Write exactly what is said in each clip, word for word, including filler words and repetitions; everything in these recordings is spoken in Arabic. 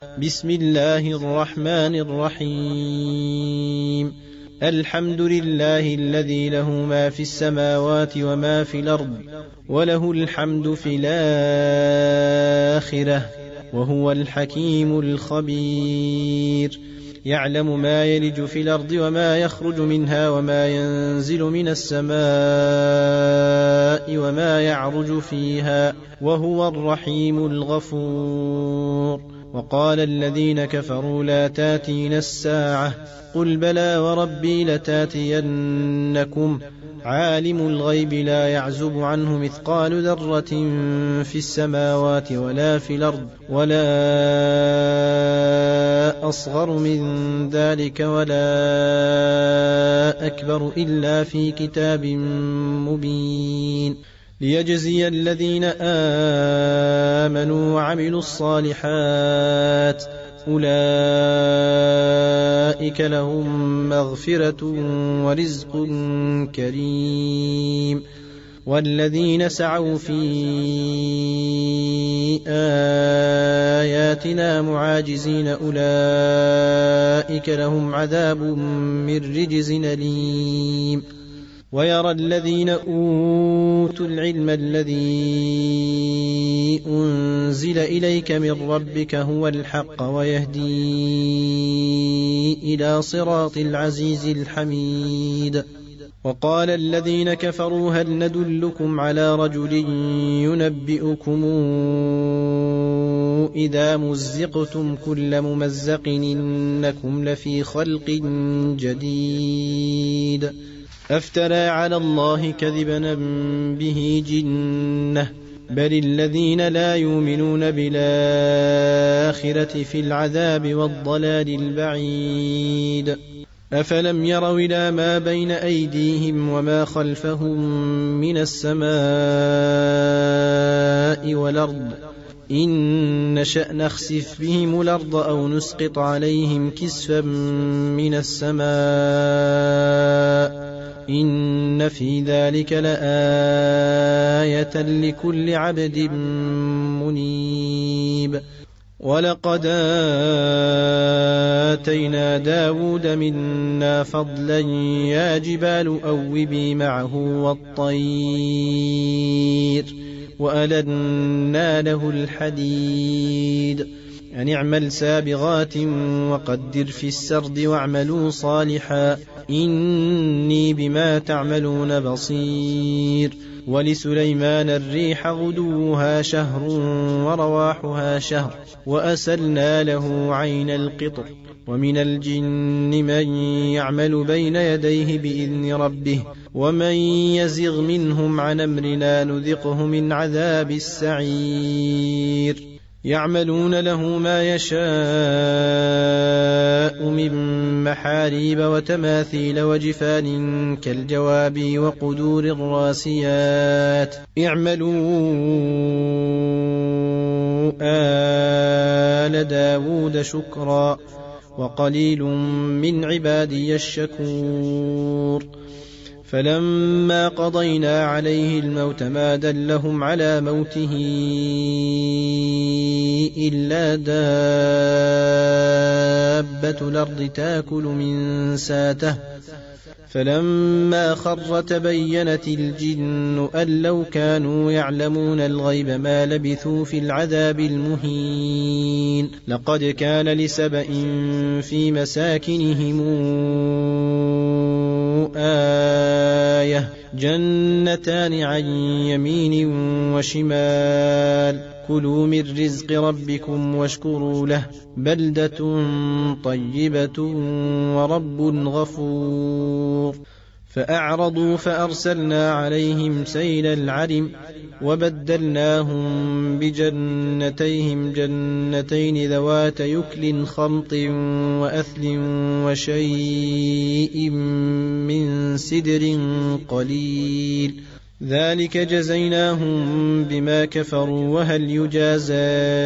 بسم الله الرحمن الرحيم. الحمد لله الذي له ما في السماوات وما في الأرض وله الحمد في الآخرة وهو الحكيم الخبير. يعلم ما يلج في الأرض وما يخرج منها وما ينزل من السماء وما يعرج فيها وهو الرحيم الغفور. وقال الذين كفروا لا تاتينا الساعة قل بلى وربي لتاتينكم عالم الغيب لا يعزب عنه مثقال ذرة في السماوات ولا في الأرض ولا أصغر من ذلك ولا أكبر إلا في كتاب مبين ليجزي الذين آمنوا وعملوا الصالحات أولئك لهم مغفرة ورزق كريم. والذين سعوا في آياتنا معاجزين أولئك لهم عذاب من رجز أليم. ويرى الذين أوتوا العلم الذي أنزل إليك من ربك هو الحق ويهدي إلى صراط العزيز الحميد. وقال الذين كفروا هل ندلكم على رجل ينبئكم إذا مزقتم كل ممزق إنكم لفي خلق جديد أفترى على الله كذبا به جنة بل الذين لا يؤمنون بالآخرة في العذاب والضلال البعيد. أفلم يروا إلى ما بين أيديهم وما خلفهم من السماء والأرض إن نشأ نخسف بهم الأرض أو نسقط عليهم كسفا من السماء إن في ذلك لآية لكل عبد منيب. ولقد آتينا داود منا فضلا يا جبال أوبي معه والطير وألنا له الحديد أن اعمل سابغات وقدر في السرد واعملوا صالحا إني بما تعملون بصير. ولسليمان الريح غدوها شهر ورواحها شهر وأسلنا له عين القطر. ومن الجن من يعمل بين يديه بإذن ربه ومن يزغ منهم عن أمرنا نذقه من عذاب السعير. يعملون له ما يشاء من محاريب وتماثيل وجفان كالجواب وقدور الراسيات اعملوا آل داود شكرا وقليل من عبادي الشكور. فلما قضينا عليه الموت ما دلهم على موته إلا دابة الأرض تأكل من ساته فلما خر تبينت الجن أن لو كانوا يعلمون الغيب ما لبثوا في العذاب المهين. لقد كان لسبإ في مساكنهم آية جنتان عن يمين وشمال كلوا من رزق ربكم واشكروا له بلدة طيبة ورب غفور. فأعرضوا فأرسلنا عليهم سيل العرم وبدلناهم بجنتيهم جنتين ذوات يكل خمط وأثل وشيء من سدر قليل ذلك جزيناهم بما كفروا وهل يجازى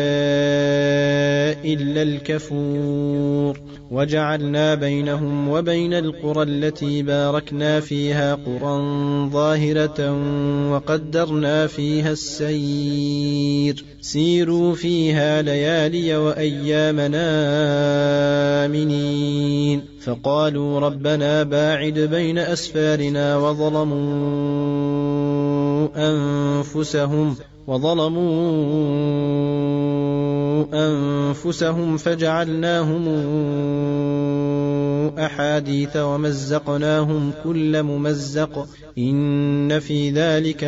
إلا الكفور وجعلنا بينهم وبين القرى التي باركنا فيها قرى ظاهرة وقدرنا فيها السير سيروا فيها ليالي وأيامنا آمنين فقالوا ربنا باعد بين أسفارنا وظلموا أنفسهم وظلموا أنفسهم فجعلناهم أحاديث ومزقناهم كل ممزق إن في ذلك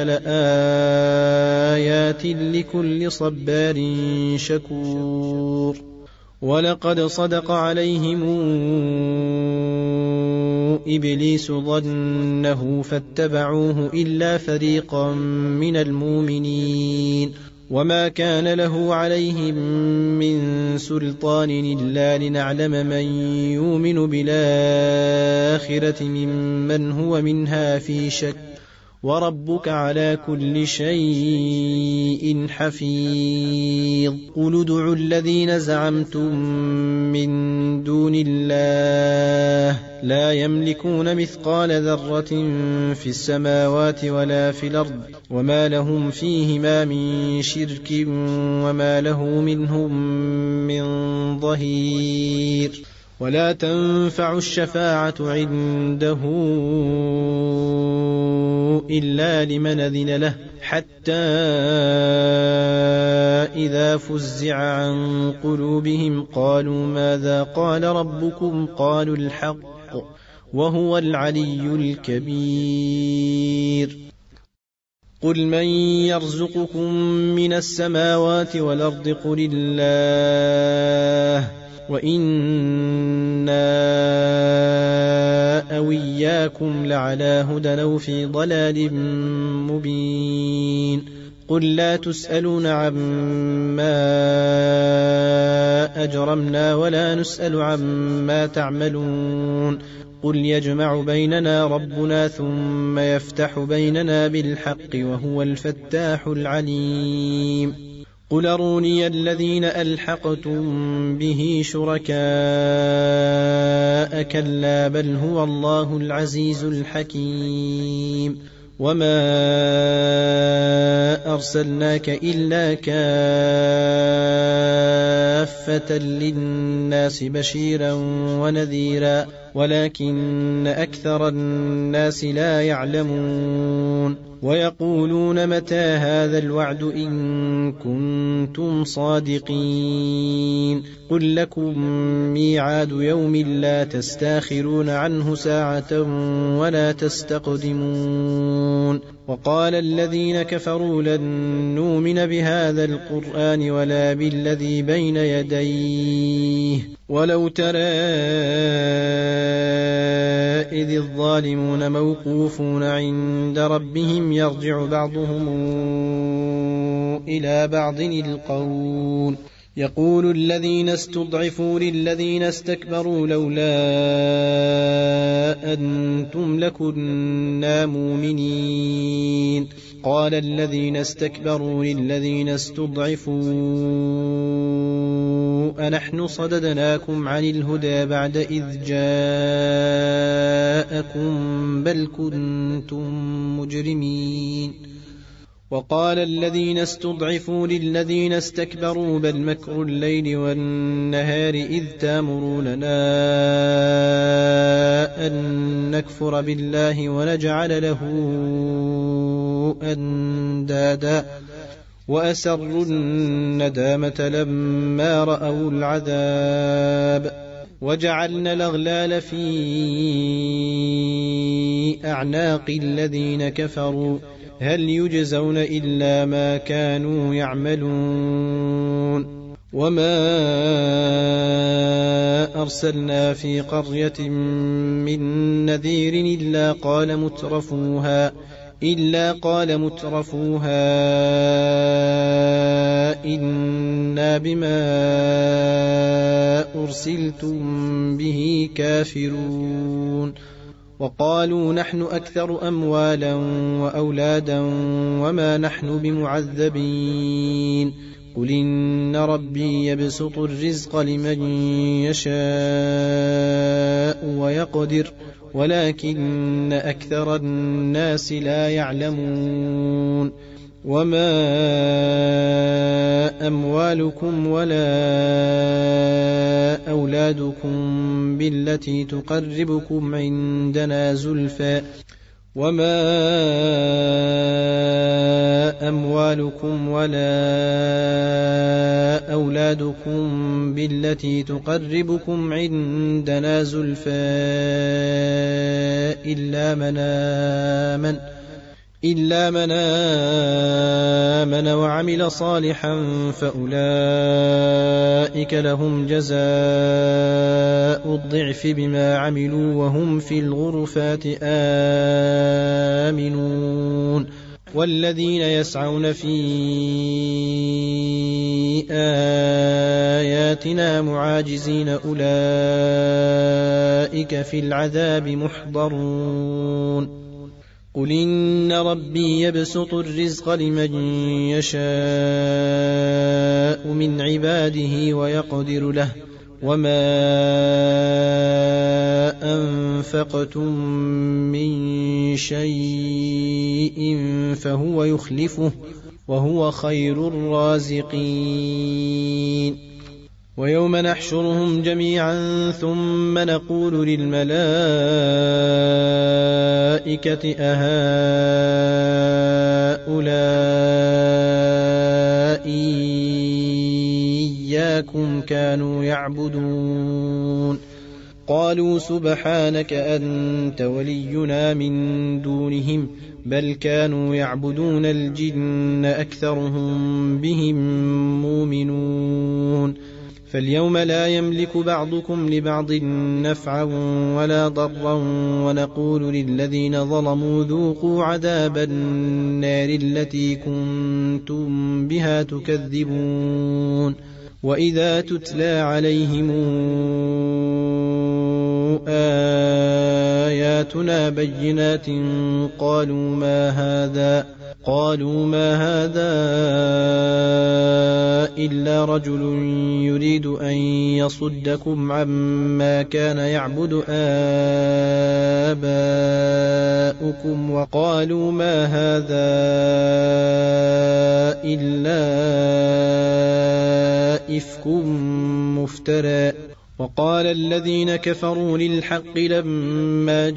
لآيات لكل صبار شكور ولقد صدق عليهم إبليس ظنه فاتبعوه إلا فريقا من المؤمنين وما كان له عليهم من سلطان إلا لنعلم من يؤمن بالآخرة ممن هو منها في شك وربك على كل شيء حفيظ قل ادعوا الذين زعمتم من دون الله لا يملكون مثقال ذرة في السماوات ولا في الأرض وما لهم فيهما من شرك وما له منهم من ظهير ولا تنفع الشفاعة عنده إلا لمن أذن له حتى إذا فزع عن قلوبهم قالوا ماذا قال ربكم قالوا الحق وهو العلي الكبير قل من يرزقكم من السماوات والأرض قل الله وإنا أو إياكم لعلى هدى أو في ضلال مبين قل لا تسألون عما أجرمنا ولا نسأل عما تعملون قل يجمع بيننا ربنا ثم يفتح بيننا بالحق وهو الفتاح العليم قل أروني الذين ألحقتم به شركاء كلا بل هو الله العزيز الحكيم وما أرسلناك إلا كافة للناس بشيرا ونذيرا ولكن أكثر الناس لا يعلمون ويقولون متى هذا الوعد إن كنتم صادقين قل لكم ميعاد يوم لا تستاخرون عنه ساعة ولا تستقدمون وقال الذين كفروا لن نؤمن بهذا القرآن ولا بالذي بين يديه ولو ترى إذ الظالمون موقوفون عند ربهم يرجع بعضهم إلى بعض القول يقول الذين استضعفوا للذين استكبروا لولا أنتم لكنا مؤمنين قال الذين استكبروا للذين استضعفوا أنحن صددناكم عن الهدى بعد إذ جاءكم بل كنتم مجرمين وقال الذين استضعفوا للذين استكبروا بل مكر الليل والنهار إذ تامروننا أن نكفر بالله ونجعل له أندادا وأسروا الندامة لما رأوا العذاب وجعلنا الأغلال في أعناق الذين كفروا هل يجزون إلا ما كانوا يعملون وما أرسلنا في قرية من نذير إلا قال مترفوها إلا قال مترفوها إنا بما أرسلتم به كافرون وقالوا نحن أكثر أموالا وأولادا وما نحن بمعذبين قل إن ربي يبسط الرزق لمن يشاء ويقدر ولكن أكثر الناس لا يعلمون وما أموالكم ولا أولادكم بالتي تقربكم عندنا زلفى وما أموالكم ولا أولادكم بالتي تقربكم عندنا زلفى إلا من آمن إلا من آمن وعمل صالحا فأولئك لهم جزاء الضعف بما عملوا وهم في الغرفات آمنون والذين يسعون في آياتنا معاجزين أولئك في العذاب محضرون قل إن ربي يبسط الرزق لمن يشاء من عباده ويقدر له وما أنفقتم من شيء فهو يخلفه وهو خير الرازقين ويوم نحشرهم جميعا ثم نقول للملائكة أهؤلاء إياكم كانوا يعبدون قالوا سبحانك أنت ولينا من دونهم بل كانوا يعبدون الجن أكثرهم بهم مؤمنون فاليوم لا يملك بعضكم لبعض نفعا ولا ضرا ونقول للذين ظلموا ذوقوا عذاب النار التي كنتم بها تكذبون وإذا تتلى عليهم آياتنا بينات قالوا ما هذا قالوا ما هذا إلا رجل يريد أن يصدكم عما كان يعبد آباؤكم وقالوا ما هذا إلا إفك مفترى وقال الذين كفروا للحق لما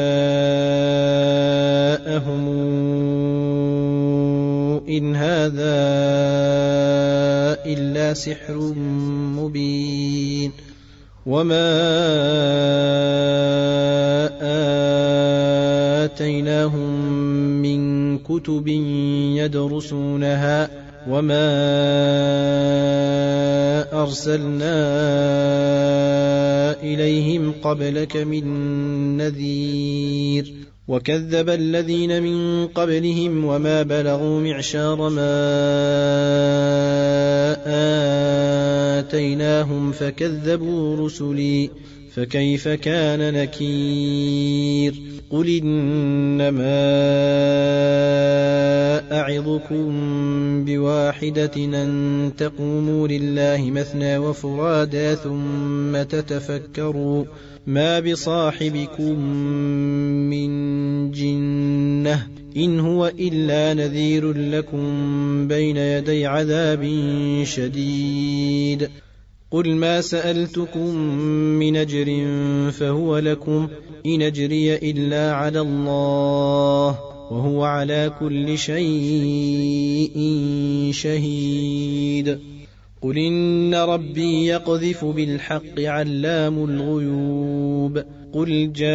جاءهم إن هذا إلا سحر مبين وما آتيناهم من كتب يدرسونها وما أرسلنا إليهم قبلك من نذير وكذب الذين من قبلهم وما بلغوا معشار ما آتيناهم فكذبوا رسلي فكيف كان نكير قل إنما أعظكم بواحدة أن تقوموا لله مثنى وفرادا ثم تتفكروا ما بصاحبكم من جنة إن هو إلا نذير لكم بين يدي عذاب شديد قل ما سألتكم من أجر فهو لكم إن أجري إلا على الله وهو على كل شيء شهيد قل إن ربي يقذف بالحق علام الغيوب قل جاء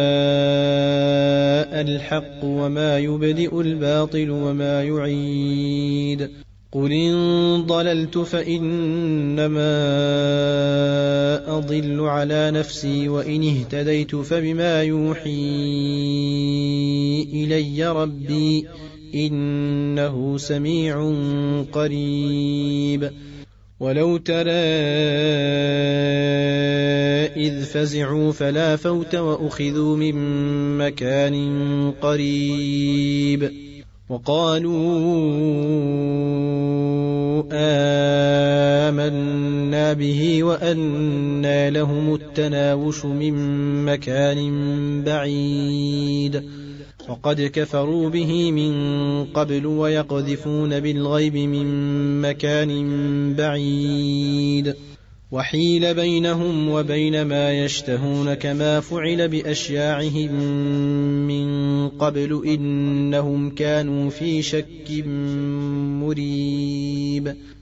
الحق وما يبدئ الباطل وما يعيد قل إن ضللت فإنما أضل على نفسي وإن اهتديت فبما يوحي إلي ربي إنه سميع قريب ولو ترى إذ فزعوا فلا فوت وأخذوا من مكان قريب وقالوا آمنا به وأنى لهم التناوش من مكان بعيد وقد كفروا به من قبل ويقذفون بالغيب من مكان بعيد وحيل بينهم وبين ما يشتهون كما فعل بأشياعهم من قبل إنهم كانوا في شك مريب